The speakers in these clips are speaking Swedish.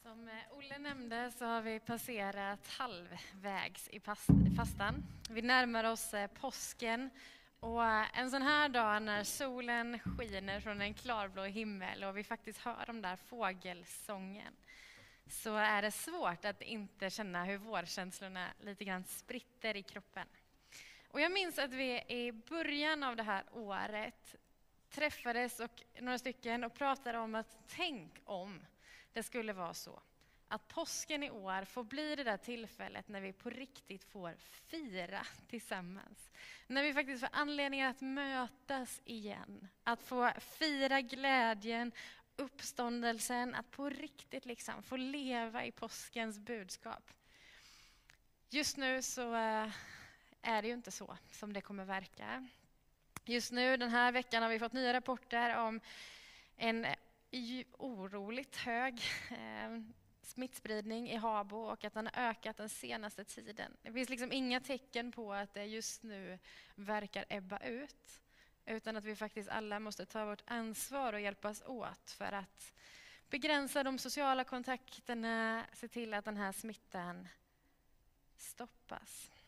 Som Olle nämnde så har vi passerat halvvägs i fastan. Vi närmar oss påsken och en sån här dag när solen skiner från en klarblå himmel och vi faktiskt hör de där fågelsången, så är det svårt att inte känna hur vårkänslorna lite grann spritter i kroppen. Och jag minns att vi i början av det här året träffades och några stycken och pratade om att tänk om det skulle vara så att påsken i år får bli det där tillfället när vi på riktigt får fira tillsammans. När vi faktiskt får anledning att mötas igen. Att få fira glädjen, uppståndelsen, att på riktigt liksom få leva i påskens budskap. Just nu så är det ju inte så som det kommer verka. Just nu den här veckan har vi fått nya rapporter om en oroligt hög smittspridning i Habo och att den har ökat den senaste tiden. Det finns liksom inga tecken på att det just nu verkar ebba ut, utan att vi faktiskt alla måste ta vårt ansvar och hjälpas åt för att begränsa de sociala kontakterna, se till att den här smittan stoppas.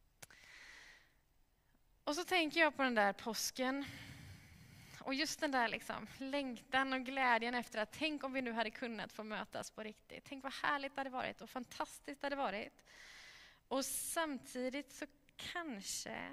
Och så tänker jag på den där påsken. Och just den där liksom, längtan och glädjen efter att tänk om vi nu hade kunnat få mötas på riktigt. Tänk vad härligt det hade varit och fantastiskt det hade varit. Och samtidigt så kanske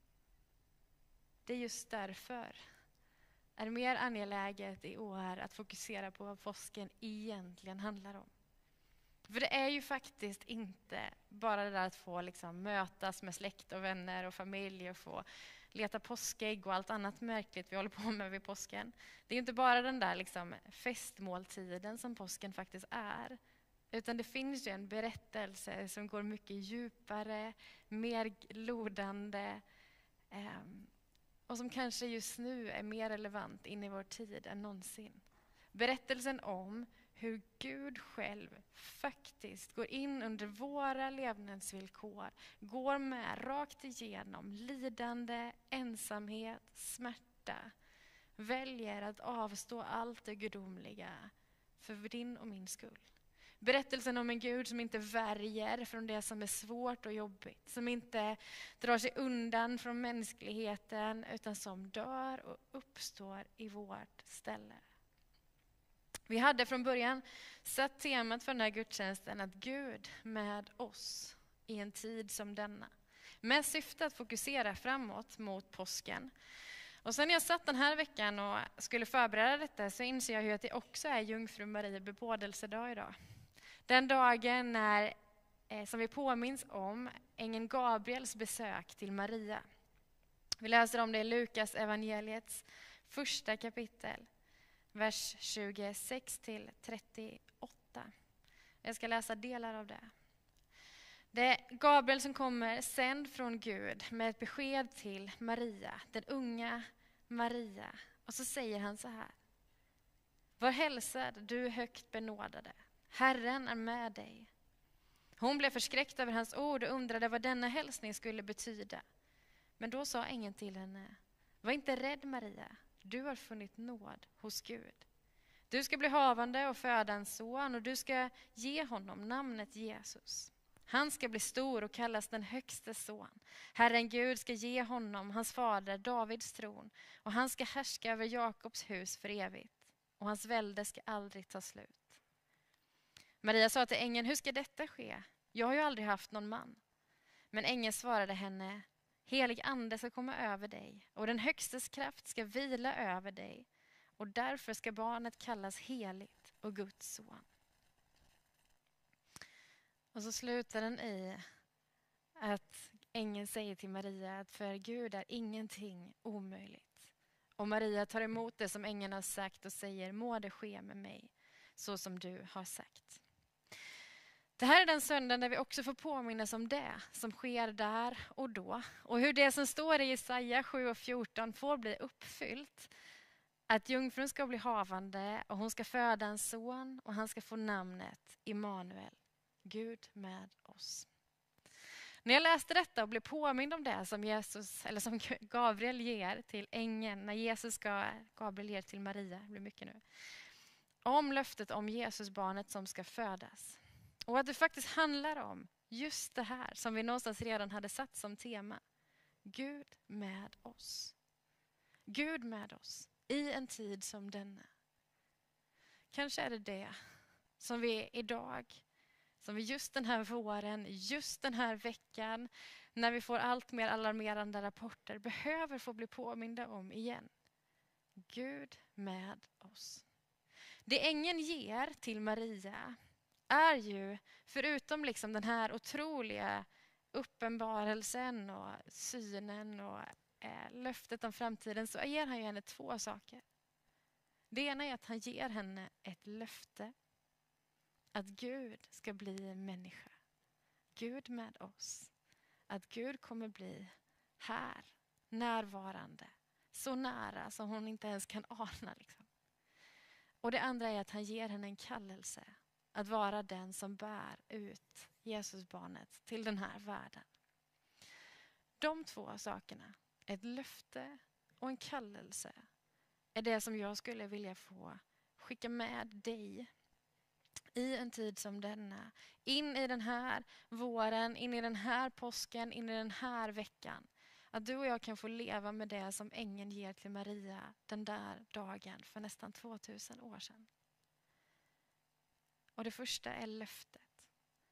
det just därför är mer angeläget i år att fokusera på vad påsken egentligen handlar om. För det är ju faktiskt inte bara det där att få liksom mötas med släkt och vänner och familj och få leta påskägg och allt annat märkligt vi håller på med vid påsken. Det är inte bara den där liksom festmåltiden som påsken faktiskt är. Utan det finns ju en berättelse som går mycket djupare, mer lodande och som kanske just nu är mer relevant in i vår tid än någonsin. Berättelsen om hur Gud själv faktiskt går in under våra levnadsvillkor, går med rakt igenom lidande, ensamhet, smärta, väljer att avstå allt det gudomliga för din och min skull. Berättelsen om en Gud som inte värjer från det som är svårt och jobbigt, som inte drar sig undan från mänskligheten utan som dör och uppstår i vårt ställe. Vi hade från början satt temat för den här gudstjänsten att Gud med oss i en tid som denna. Med syfte att fokusera framåt mot påsken. Och sen när jag satt den här veckan och skulle förbereda detta så inser jag ju att det också är Jungfru Marie bebådelsedag idag. Den dagen när, som vi påminns om, ängeln Gabriels besök till Maria. Vi läser om det i Lukas evangeliets första kapitel. Vers 26-38. Jag ska läsa delar av det. Det är Gabriel som kommer sänd från Gud med ett besked till Maria, den unga Maria. Och så säger han så här. Var hälsad, du högt benådade. Herren är med dig. Hon blev förskräckt över hans ord och undrade vad denna hälsning skulle betyda. Men då sa ängeln till henne. Var inte rädd, Maria. Du har funnit nåd hos Gud. Du ska bli havande och föda en son och du ska ge honom namnet Jesus. Han ska bli stor och kallas den högste son. Herren Gud ska ge honom hans fader Davids tron och han ska härska över Jakobs hus för evigt och hans välde ska aldrig ta slut. Maria sa till ängeln, hur ska detta ske? Jag har ju aldrig haft någon man. Men ängeln svarade henne, helig ande ska komma över dig och den högstes kraft ska vila över dig och därför ska barnet kallas heligt och Guds son. Och så slutar den i att ängeln säger till Maria att för Gud är ingenting omöjligt. Och Maria tar emot det som ängeln har sagt och säger, må det ske med mig så som du har sagt. Det här är den söndagen där vi också får påminnas om det som sker där och då. Och hur det som står i Jesaja 7:14 får bli uppfyllt. Att jungfrun ska bli havande och hon ska föda en son och han ska få namnet Immanuel. Gud med oss. När jag läste detta och blev påmind om det som Gabriel ger till ängeln. När Gabriel ger till Maria, det blir mycket nu. Om löftet om Jesusbarnet som ska födas. Och att det faktiskt handlar om just det här som vi någonstans redan hade satt som tema. Gud med oss. Gud med oss i en tid som denna. Kanske är det som vi idag, som vi just den här våren, just den här veckan, när vi får allt mer alarmerande rapporter, behöver få bli påminda om igen. Gud med oss. Det ängeln ger till Maria är ju, förutom liksom den här otroliga uppenbarelsen och synen och löftet om framtiden, så ger han ju henne två saker. Det ena är att han ger henne ett löfte att Gud ska bli människa. Gud med oss. Att Gud kommer bli här, närvarande. Så nära som hon inte ens kan ana. Liksom. Och det andra är att han ger henne en kallelse att vara den som bär ut Jesusbarnet till den här världen. De två sakerna, ett löfte och en kallelse, är det som jag skulle vilja få skicka med dig i en tid som denna. In i den här våren, in i den här påsken, in i den här veckan. Att du och jag kan få leva med det som ängeln ger till Maria den där dagen för nästan 2000 år sedan. Och det första är löftet.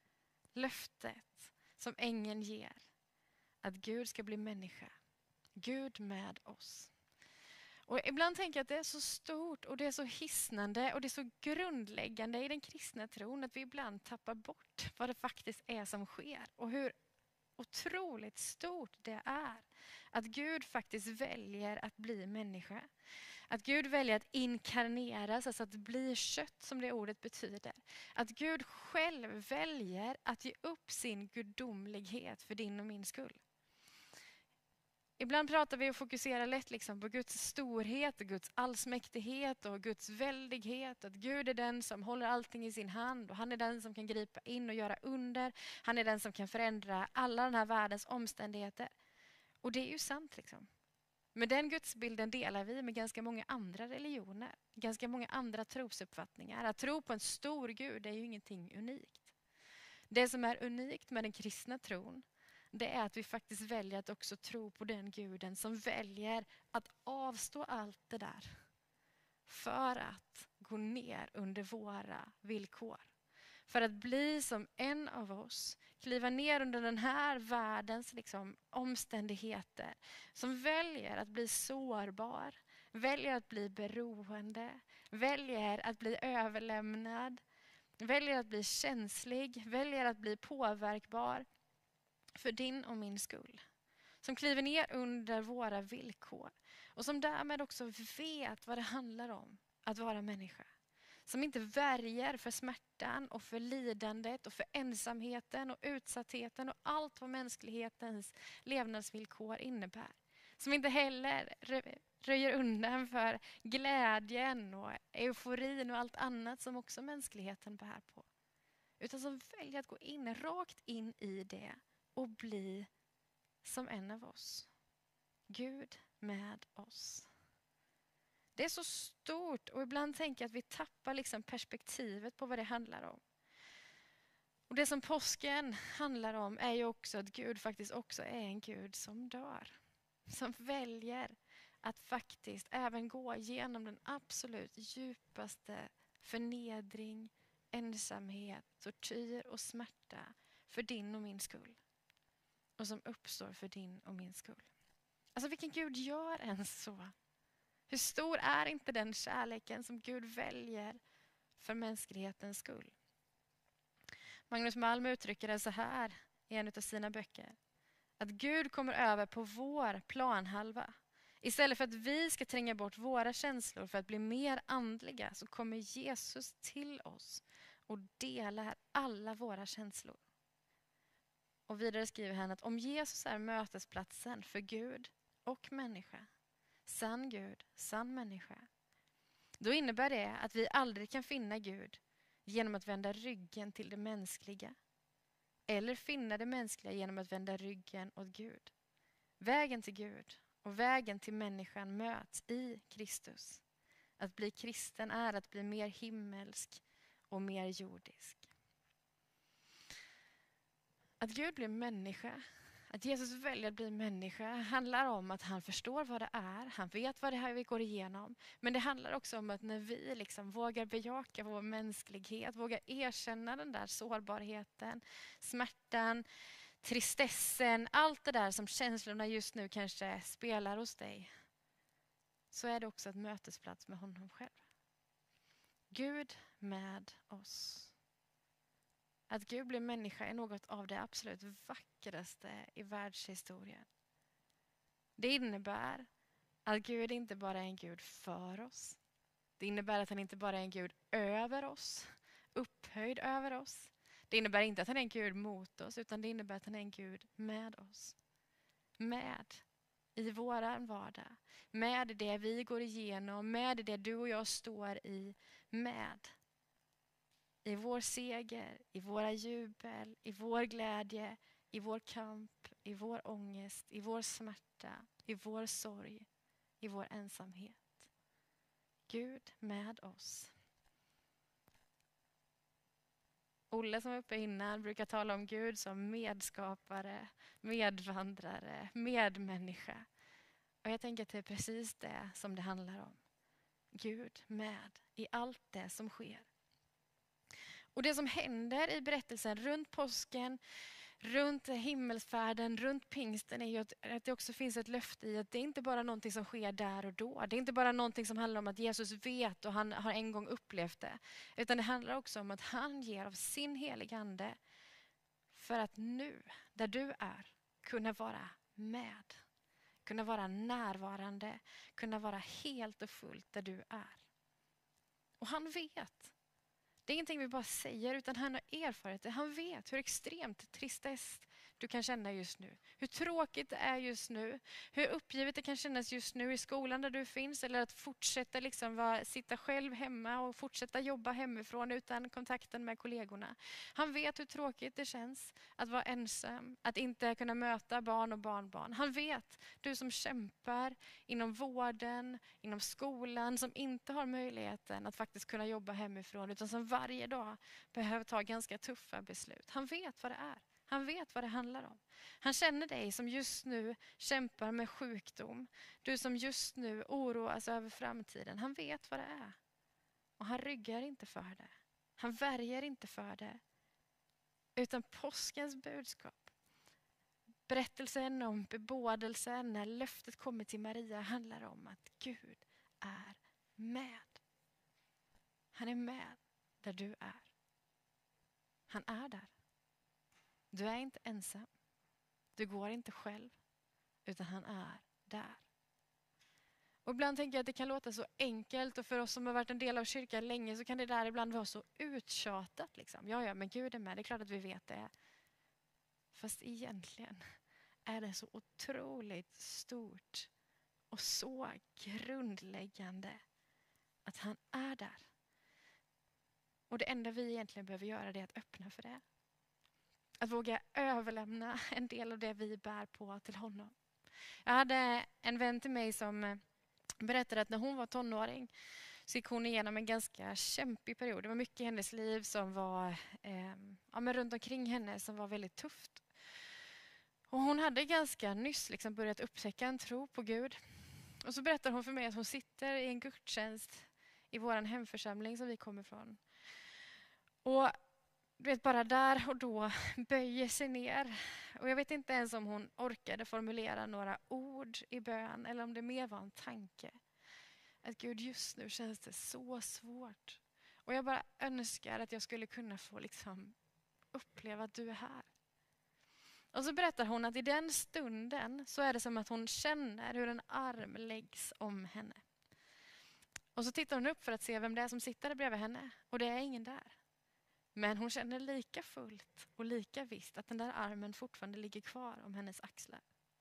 Löftet som ängeln ger. Att Gud ska bli människa. Gud med oss. Och ibland tänker jag att det är så stort och det är så hisnande och det är så grundläggande i den kristna tron att vi ibland tappar bort vad det faktiskt är som sker. Och hur otroligt stort det är att Gud faktiskt väljer att bli människa. Att Gud väljer att inkarneras, alltså att bli kött som det ordet betyder. Att Gud själv väljer att ge upp sin gudomlighet för din och min skull. Ibland pratar vi och fokuserar lätt liksom på Guds storhet och Guds allsmäktighet och Guds väldighet. Att Gud är den som håller allting i sin hand och han är den som kan gripa in och göra under. Han är den som kan förändra alla den här världens omständigheter. Och det är ju sant liksom. Men den gudsbilden delar vi med ganska många andra religioner. Ganska många andra trosuppfattningar. Att tro på en stor Gud är ju ingenting unikt. Det som är unikt med den kristna tron, det är att vi faktiskt väljer att också tro på den guden som väljer att avstå allt det där för att gå ner under våra villkor. För att bli som en av oss, kliva ner under den här världens liksom, omständigheter. Som väljer att bli sårbar, väljer att bli beroende, väljer att bli överlämnad, väljer att bli känslig, väljer att bli påverkbar. För din och min skull. Som kliver ner under våra villkor. Och som därmed också vet vad det handlar om att vara människa. Som inte värjer för smärtan och för lidandet och för ensamheten och utsattheten och allt vad mänsklighetens levnadsvillkor innebär. Som inte heller röjer undan för glädjen och euforin och allt annat som också mänskligheten bär på. Utan som väljer att gå in rakt in i det. Och bli som en av oss. Gud med oss. Det är så stort och ibland tänker jag att vi tappar liksom perspektivet på vad det handlar om. Och det som påsken handlar om är ju också att Gud faktiskt också är en Gud som dör. Som väljer att faktiskt även gå igenom den absolut djupaste förnedring, ensamhet, tortyr och smärta för din och min skull. Och som uppstår för din och min skull. Alltså vilken Gud gör ens så? Hur stor är inte den kärleken som Gud väljer för mänsklighetens skull? Magnus Malm uttrycker det så här i en av sina böcker. Att Gud kommer över på vår planhalva. Istället för att vi ska tränga bort våra känslor för att bli mer andliga så kommer Jesus till oss och delar alla våra känslor. Och vidare skriver han att om Jesus är mötesplatsen för Gud och människa, sann Gud, sann människa, då innebär det att vi aldrig kan finna Gud genom att vända ryggen till det mänskliga. Eller finna det mänskliga genom att vända ryggen åt Gud. Vägen till Gud och vägen till människan möts i Kristus. Att bli kristen är att bli mer himmelsk och mer jordisk. Att Gud blir människa, att Jesus väljer att bli människa handlar om att han förstår vad det är. Han vet vad det här vi går igenom. Men det handlar också om att när vi liksom vågar bejaka vår mänsklighet, vågar erkänna den där sårbarheten, smärtan, tristessen, allt det där som känslorna just nu kanske spelar hos dig, så är det också ett mötesplats med honom själv. Gud med oss. Att Gud blir människa är något av det absolut vackraste i världshistorien. Det innebär att Gud inte bara är en Gud för oss. Det innebär att han inte bara är en Gud över oss, upphöjd över oss. Det innebär inte att han är en Gud mot oss, utan det innebär att han är en Gud med oss. Med i våran vardag. Med det vi går igenom, med det du och jag står i, med. I vår seger, i våra jubel, i vår glädje, i vår kamp, i vår ångest, i vår smärta, i vår sorg, i vår ensamhet. Gud med oss. Olle som var uppe innan brukar tala om Gud som medskapare, medvandrare, medmänniska. Och jag tänker att det är precis det som det handlar om. Gud med i allt det som sker. Och det som händer i berättelsen runt påsken, runt himmelsfärden, runt pingsten är ju att det också finns ett löfte i att det är inte bara någonting som sker där och då. Det är inte bara någonting som handlar om att Jesus vet och han har en gång upplevt det. Utan det handlar också om att han ger av sin heliga ande för att nu, där du är, kunna vara med. Kunna vara närvarande, kunna vara helt och fullt där du är. Och han vet. Det är ingenting vi bara säger, utan han har erfarit det. Han vet hur extremt tristess du kan känna just nu. Hur tråkigt det är just nu. Hur uppgivet det kan kännas just nu i skolan där du finns. Eller att fortsätta sitta själv hemma och fortsätta jobba hemifrån utan kontakten med kollegorna. Han vet hur tråkigt det känns att vara ensam. Att inte kunna möta barn och barnbarn. Han vet, du som kämpar inom vården, inom skolan. Som inte har möjligheten att faktiskt kunna jobba hemifrån. Utan som varje dag behöver ta ganska tuffa beslut. Han vet vad det är. Han vet vad det handlar om. Han känner dig som just nu kämpar med sjukdom. Du som just nu oroas över framtiden. Han vet vad det är. Och han ryggar inte för det. Han värjer inte för det. Utan påskens budskap. Berättelsen om bebådelsen när löftet kommer till Maria handlar om att Gud är med. Han är med där du är. Han är där. Du är inte ensam. Du går inte själv. Utan han är där. Och ibland tänker jag att det kan låta så enkelt. Och för oss som har varit en del av kyrkan länge så kan det där ibland vara så uttjatat. Liksom. Ja, men Gud är med. Det är klart att vi vet det. Fast egentligen är det så otroligt stort. Och så grundläggande. Att han är där. Och det enda vi egentligen behöver göra är att öppna för det. Att våga överlämna en del av det vi bär på till honom. Jag hade en vän till mig som berättade att när hon var tonåring så gick hon igenom en ganska kämpig period. Det var mycket i hennes liv som var runt omkring henne som var väldigt tufft. Och hon hade ganska nyss börjat upptäcka en tro på Gud. Och så berättar hon för mig att hon sitter i en gudstjänst i vår hemförsamling som vi kommer från. Och du vet, bara där och då böjer sig ner. Och jag vet inte ens om hon orkade formulera några ord i bön. Eller om det mer var en tanke. Att Gud, just nu känns det så svårt. Och jag bara önskar att jag skulle kunna få uppleva att du är här. Och så berättar hon att i den stunden så är det som att hon känner hur en arm läggs om henne. Och så tittar hon upp för att se vem det är som sitter bredvid henne. Och det är ingen där. Men hon känner lika fullt och lika visst att den där armen fortfarande ligger kvar om hennes axlar.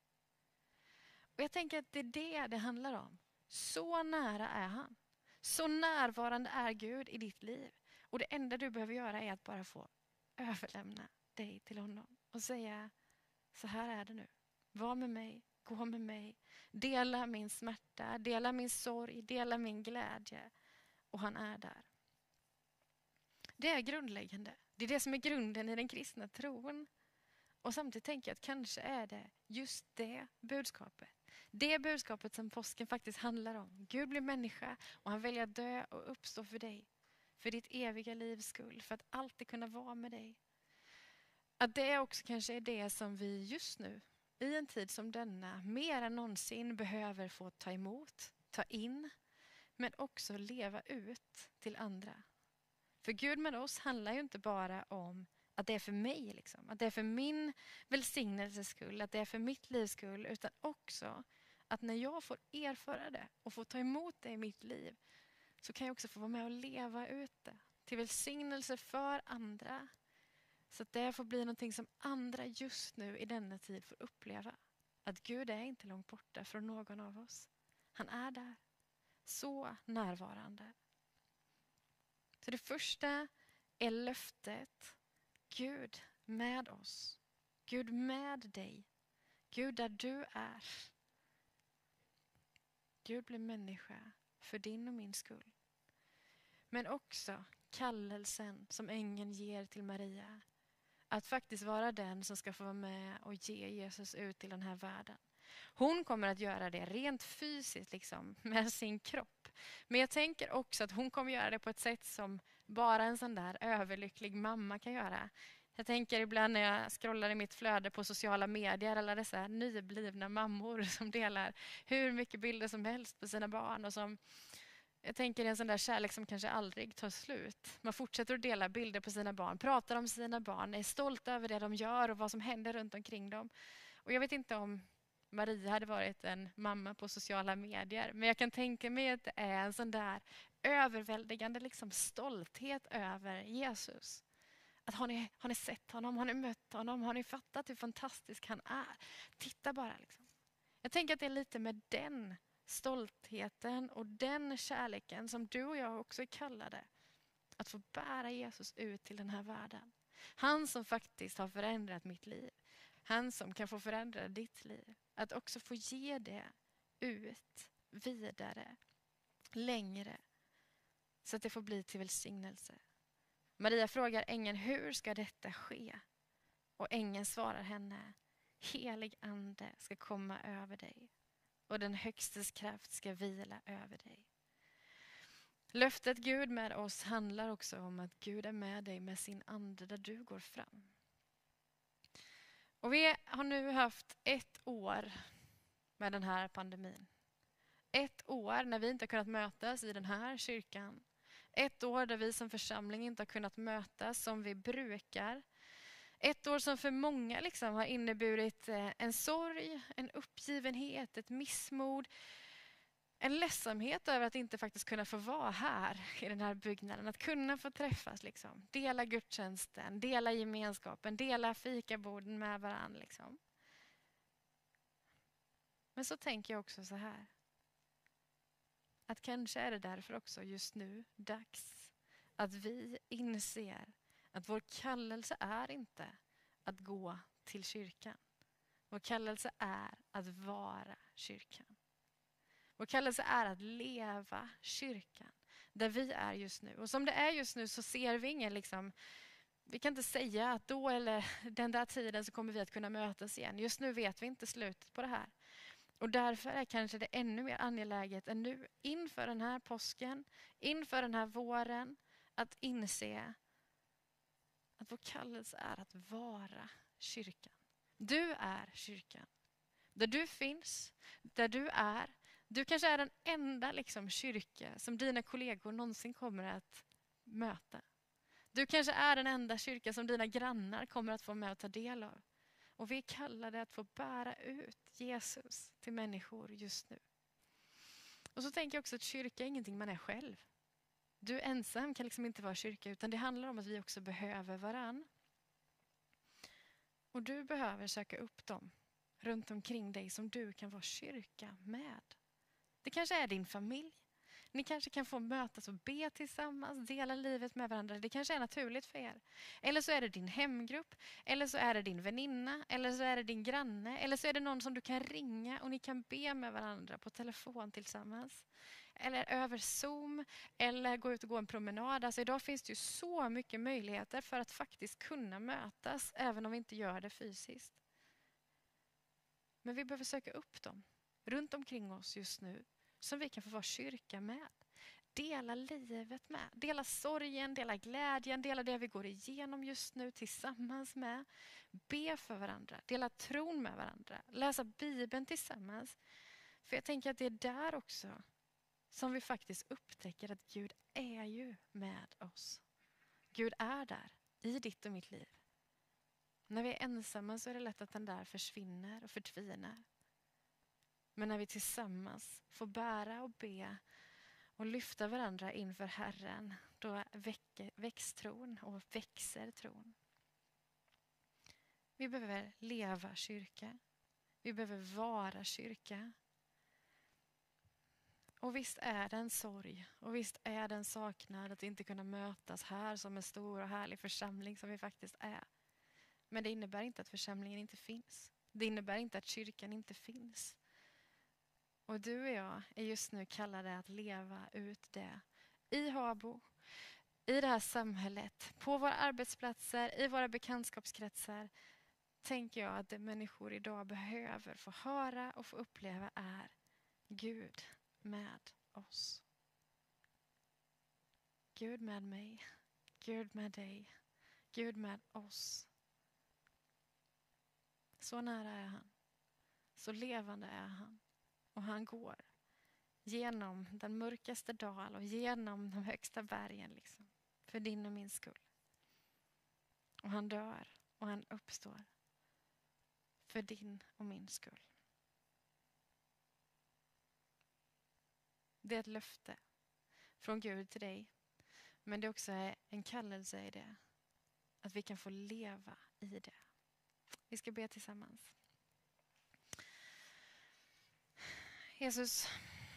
Och jag tänker att det är det handlar om. Så nära är han. Så närvarande är Gud i ditt liv. Och det enda du behöver göra är att bara få överlämna dig till honom. Och säga, så här är det nu. Var med mig, gå med mig, dela min smärta, dela min sorg, dela min glädje. Och han är där. Det är grundläggande. Det är det som är grunden i den kristna tron. Och samtidigt tänker jag att kanske är det just det budskapet. Det budskapet som påsken faktiskt handlar om. Gud blir människa och han väljer att dö och uppstå för dig. För ditt eviga livs skull. För att alltid kunna vara med dig. Att det också kanske är det som vi just nu, i en tid som denna, mer än någonsin behöver få ta emot, ta in. Men också leva ut till andra. För Gud med oss handlar ju inte bara om att det är för mig, liksom. Att det är för min välsignelses skull, att det är för mitt livs skull. Utan också att när jag får erfara det och får ta emot det i mitt liv, så kan jag också få vara med och leva ut det. Till välsignelse för andra. Så att det får bli någonting som andra just nu i denna tid får uppleva. Att Gud är inte långt borta från någon av oss. Han är där. Så närvarande. Så det första är löftet. Gud med oss. Gud med dig. Gud där du är. Gud blir människa för din och min skull. Men också kallelsen som ängeln ger till Maria. Att faktiskt vara den som ska få vara med och ge Jesus ut till den här världen. Hon kommer att göra det rent fysiskt liksom, med sin kropp. Men jag tänker också att hon kommer göra det på ett sätt som bara en sån där överlycklig mamma kan göra. Jag tänker ibland när jag scrollar i mitt flöde på sociala medier, alla dessa nyblivna mammor som delar hur mycket bilder som helst på sina barn. Och som, jag tänker en sån där kärlek som kanske aldrig tar slut. Man fortsätter att dela bilder på sina barn, pratar om sina barn, är stolt över det de gör och vad som händer runt omkring dem. Och jag vet inte om Maria hade varit en mamma på sociala medier. Men jag kan tänka mig att det är en sån där överväldigande liksom stolthet över Jesus. Att har ni sett honom? Har ni mött honom? Har ni fattat hur fantastisk han är? Titta bara liksom. Jag tänker att det är lite med den stoltheten och den kärleken som du och jag också är kallade att få bära Jesus ut till den här världen. Han som faktiskt har förändrat mitt liv. Han som kan få förändra ditt liv. Att också få ge det ut, vidare, längre. Så att det får bli till välsignelse. Maria frågar ängeln, hur ska detta ske? Och ängeln svarar henne, helig ande ska komma över dig. Och den högstes kraft ska vila över dig. Löftet Gud med oss handlar också om att Gud är med dig med sin ande där du går fram. Och vi har nu haft 1 år med den här pandemin. 1 år när vi inte har kunnat mötas i den här kyrkan. 1 år där vi som församling inte har kunnat mötas som vi brukar. 1 år som för många liksom har inneburit en sorg, en uppgivenhet, ett missmod. En ledsamhet över att inte faktiskt kunna få vara här i den här byggnaden. Att kunna få träffas, liksom. Dela gudstjänsten, dela gemenskapen, dela fikaborden med varandra. Liksom. Men så tänker jag också så här. Att kanske är det därför också just nu dags att vi inser att vår kallelse är inte att gå till kyrkan. Vår kallelse är att vara kyrkan. Vår kallelse är att leva kyrkan där vi är just nu. Och som det är just nu så ser vi ingen liksom, vi kan inte säga att då eller den där tiden så kommer vi att kunna mötas igen. Just nu vet vi inte slutet på det här. Och därför är kanske det ännu mer angeläget än nu inför den här påsken, inför den här våren, att inse att vår kallelse är att vara kyrkan. Du är kyrkan. Där du finns, där du är. Du kanske är den enda liksom, kyrka som dina kollegor någonsin kommer att möta. Du kanske är den enda kyrka som dina grannar kommer att få med och ta del av. Och vi kallar det att få bära ut Jesus till människor just nu. Och så tänker jag också att kyrka är ingenting man är själv. Du ensam kan liksom inte vara kyrka, utan det handlar om att vi också behöver varann. Och du behöver söka upp dem runt omkring dig som du kan vara kyrka med. Det kanske är din familj. Ni kanske kan få mötas och be tillsammans, dela livet med varandra. Det kanske är naturligt för er. Eller så är det din hemgrupp, eller så är det din väninna, eller så är det din granne, eller så är det någon som du kan ringa och ni kan be med varandra på telefon tillsammans. Eller över Zoom, eller gå ut och gå en promenad. Alltså idag finns det ju så mycket möjligheter för att faktiskt kunna mötas, även om vi inte gör det fysiskt. Men vi behöver söka upp dem runt omkring oss just nu, som vi kan få vara kyrka med. Dela livet med. Dela sorgen, dela glädjen, dela det vi går igenom just nu tillsammans med. Be för varandra, dela tron med varandra. Läsa Bibeln tillsammans. För jag tänker att det är där också som vi faktiskt upptäcker att Gud är ju med oss. Gud är där i ditt och mitt liv. När vi är ensamma så är det lätt att den där försvinner och förtvinar. Men när vi tillsammans får bära och be och lyfta varandra inför Herren, då väcks tron och växer tron. Vi behöver leva kyrka. Vi behöver vara kyrka. Och visst är det en sorg och visst är det en saknad att inte kunna mötas här som en stor och härlig församling som vi faktiskt är. Men det innebär inte att församlingen inte finns. Det innebär inte att kyrkan inte finns. Och du och jag är just nu kallade att leva ut det i Habo, i det här samhället, på våra arbetsplatser, i våra bekantskapskretsar. Tänker jag att det människor idag behöver få höra och få uppleva är Gud med oss. Gud med mig, Gud med dig, Gud med oss. Så nära är han, så levande är han. Och han går genom den mörkaste dal och genom de högsta bergen liksom, för din och min skull. Och han dör och han uppstår för din och min skull. Det är ett löfte från Gud till dig. Men det är också en kallelse i det. Att vi kan få leva i det. Vi ska be tillsammans. Jesus,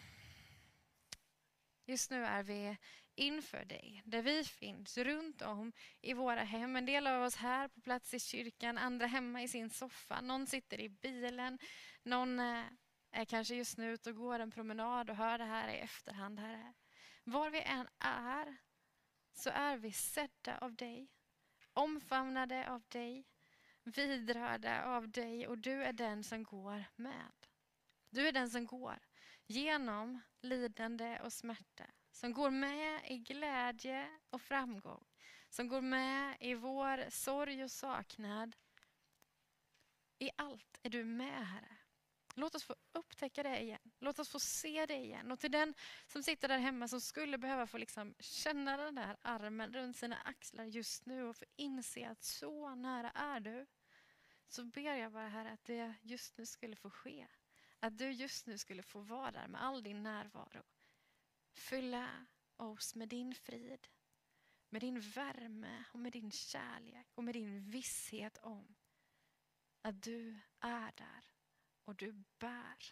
just nu är vi inför dig, där vi finns runt om i våra hem. En del av oss här på plats i kyrkan, andra hemma i sin soffa. Någon sitter i bilen, någon är kanske just nu ute och går en promenad och hör det här i efterhand. Herre. Var vi än är så är vi sedda av dig, omfamnade av dig, vidrörda av dig och du är den som går med. Du är den som går genom lidande och smärta. Som går med i glädje och framgång. Som går med i vår sorg och saknad. I allt är du med, Herre. Låt oss få upptäcka det igen. Låt oss få se det igen. Och till den som sitter där hemma som skulle behöva få liksom känna den där armen runt sina axlar just nu och få inse att så nära är du. Så ber jag bara, Herre, att det just nu skulle få ske. Att du just nu skulle få vara där med all din närvaro. Fylla oss med din frid, med din värme och med din kärlek och med din visshet om att du är där och du bär.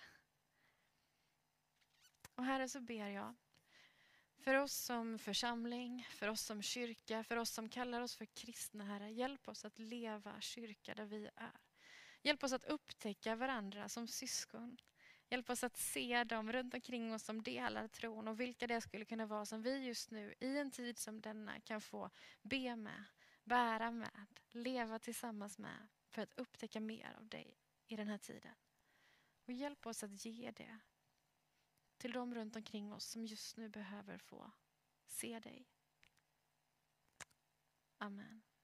Och Herre, så ber jag för oss som församling, för oss som kyrka, för oss som kallar oss för kristna, Herre, hjälp oss att leva kyrka där vi är. Hjälp oss att upptäcka varandra som syskon. Hjälp oss att se dem runt omkring oss som delar tron och vilka det skulle kunna vara som vi just nu i en tid som denna kan få be med, bära med, leva tillsammans med för att upptäcka mer av dig i den här tiden. Och hjälp oss att ge det till dem runt omkring oss som just nu behöver få se dig. Amen.